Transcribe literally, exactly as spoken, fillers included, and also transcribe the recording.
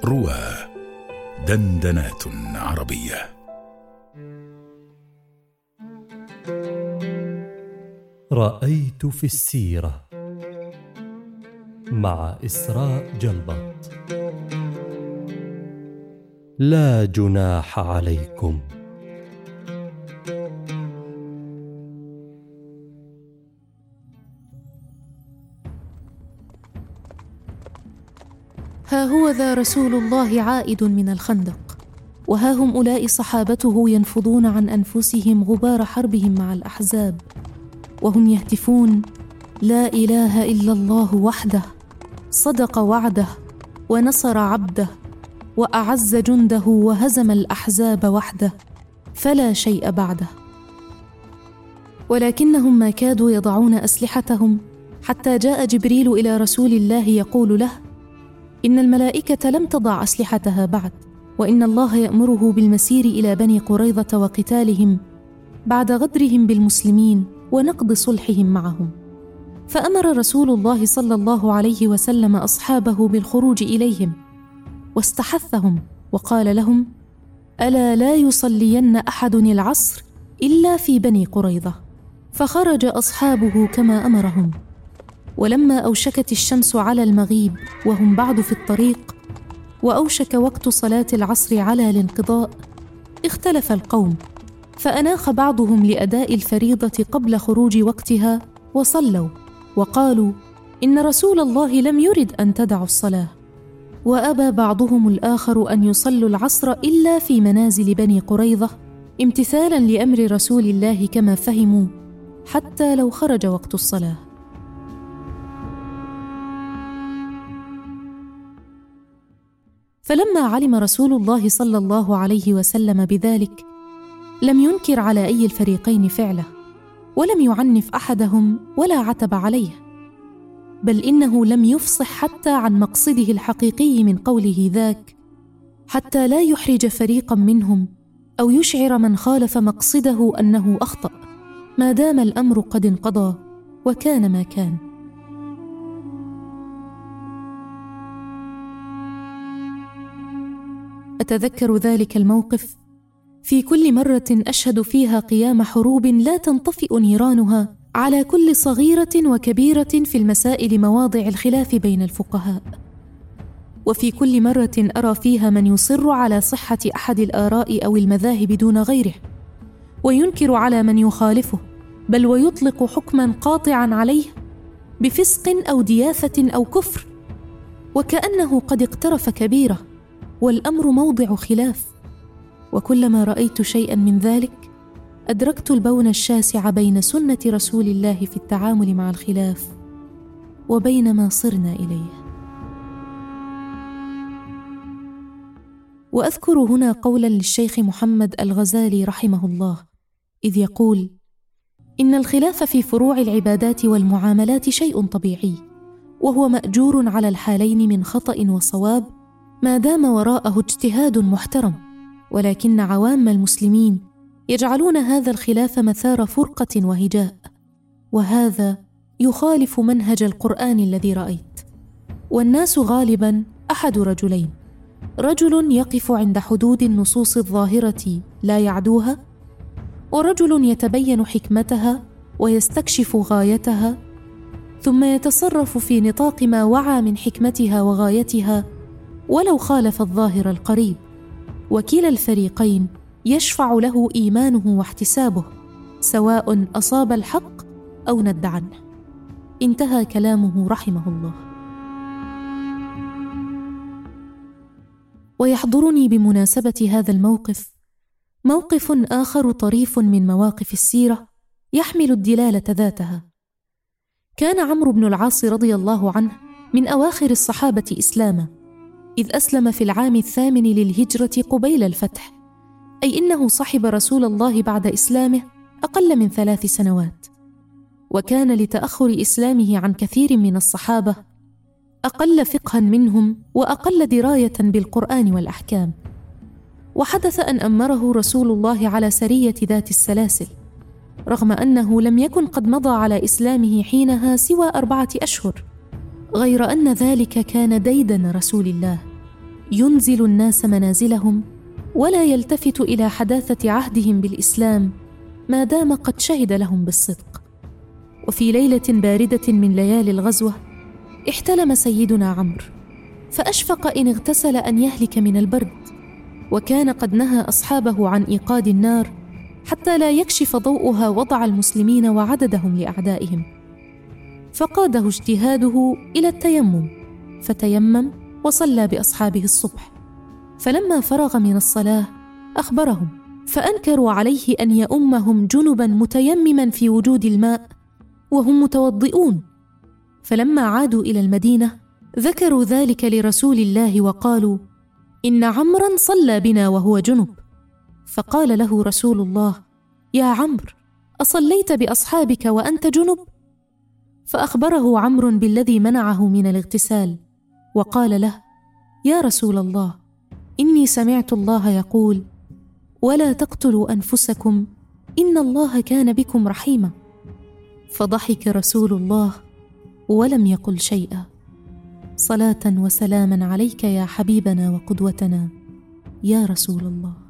روى دندنات عربية. رأيت في السيرة مع إسراء جلبط. لا جناح عليكم. ها هو ذا رسول الله عائد من الخندق، وها هم أولئك صحابته ينفضون عن أنفسهم غبار حربهم مع الأحزاب، وهم يهتفون: لا إله إلا الله وحده، صدق وعده ونصر عبده وأعز جنده وهزم الأحزاب وحده، فلا شيء بعده. ولكنهم ما كادوا يضعون أسلحتهم حتى جاء جبريل إلى رسول الله يقول له: إن الملائكة لم تضع أسلحتها بعد، وإن الله يأمره بالمسير إلى بني قريظة وقتالهم بعد غدرهم بالمسلمين ونقض صلحهم معهم. فأمر رسول الله صلى الله عليه وسلم أصحابه بالخروج إليهم، واستحثهم وقال لهم: ألا لا يصلين أحد العصر إلا في بني قريظة. فخرج أصحابه كما أمرهم، ولما أوشكت الشمس على المغيب وهم بعد في الطريق، وأوشك وقت صلاة العصر على الانقضاء، اختلف القوم، فأناخ بعضهم لأداء الفريضة قبل خروج وقتها وصلوا، وقالوا: إن رسول الله لم يرد أن تدعوا الصلاة. وأبى بعضهم الآخر أن يصلوا العصر إلا في منازل بني قريظة، امتثالا لأمر رسول الله كما فهموا، حتى لو خرج وقت الصلاة. فلما علم رسول الله صلى الله عليه وسلم بذلك، لم ينكر على أي الفريقين فعله، ولم يعنف أحدهم ولا عتب عليه، بل إنه لم يفصح حتى عن مقصده الحقيقي من قوله ذاك، حتى لا يحرج فريقا منهم أو يشعر من خالف مقصده أنه أخطأ، ما دام الأمر قد انقضى وكان ما كان. أتذكر ذلك الموقف في كل مرة أشهد فيها قيام حروب لا تنطفئ نيرانها على كل صغيرة وكبيرة في المسائل مواضع الخلاف بين الفقهاء، وفي كل مرة أرى فيها من يصر على صحة أحد الآراء أو المذاهب دون غيره، وينكر على من يخالفه، بل ويطلق حكما قاطعا عليه بفسق أو دياثة أو كفر، وكأنه قد اقترف كبيرة والأمر موضع خلاف. وكلما رأيت شيئا من ذلك أدركت البون الشاسع بين سنة رسول الله في التعامل مع الخلاف وبين ما صرنا إليه. وأذكر هنا قولا للشيخ محمد الغزالي رحمه الله، إذ يقول: إن الخلاف في فروع العبادات والمعاملات شيء طبيعي، وهو مأجور على الحالين من خطأ وصواب، ما دام وراءه اجتهاد محترم، ولكن عوام المسلمين يجعلون هذا الخلاف مثار فرقة وهجاء، وهذا يخالف منهج القرآن الذي رأيت. والناس غالباً أحد رجلين: رجل يقف عند حدود النصوص الظاهرة لا يعدوها، ورجل يتبين حكمتها ويستكشف غايتها، ثم يتصرف في نطاق ما وعى من حكمتها وغايتها ولو خالف الظاهر القريب، وكلا الفريقين يشفع له إيمانه واحتسابه، سواء أصاب الحق أو ند عنه. انتهى كلامه رحمه الله. ويحضرني بمناسبة هذا الموقف موقف آخر طريف من مواقف السيرة يحمل الدلالة ذاتها. كان عمرو بن العاص رضي الله عنه من أواخر الصحابة إسلاما، إذ أسلم في العام الثامن للهجرة قبيل الفتح، أي إنه صحب رسول الله بعد إسلامه أقل من ثلاث سنوات، وكان لتأخر إسلامه عن كثير من الصحابة أقل فقها منهم وأقل دراية بالقرآن والأحكام. وحدث أن أمره رسول الله على سرية ذات السلاسل، رغم أنه لم يكن قد مضى على إسلامه حينها سوى أربعة أشهر، غير أن ذلك كان ديدن رسول الله، ينزل الناس منازلهم ولا يلتفت إلى حداثة عهدهم بالإسلام ما دام قد شهد لهم بالصدق. وفي ليلة باردة من ليالي الغزوة احتلم سيدنا عمرو، فأشفق إن اغتسل أن يهلك من البرد، وكان قد نهى أصحابه عن إيقاد النار حتى لا يكشف ضوءها وضع المسلمين وعددهم لأعدائهم، فقاده اجتهاده إلى التيمم، فتيمم وصلى بأصحابه الصبح. فلما فرغ من الصلاة أخبرهم، فأنكروا عليه أن يؤمهم جنبا متيمما في وجود الماء وهم متوضئون. فلما عادوا إلى المدينة ذكروا ذلك لرسول الله وقالوا: إن عمرا صلى بنا وهو جنب. فقال له رسول الله: يا عمرو، أصليت بأصحابك وأنت جنب؟ فأخبره عمرو بالذي منعه من الاغتسال، وقال له: يا رسول الله، إني سمعت الله يقول: ولا تقتلوا أنفسكم إن الله كان بكم رحيما. فضحك رسول الله ولم يقل شيئا. صلاة وسلاما عليك يا حبيبنا وقدوتنا يا رسول الله.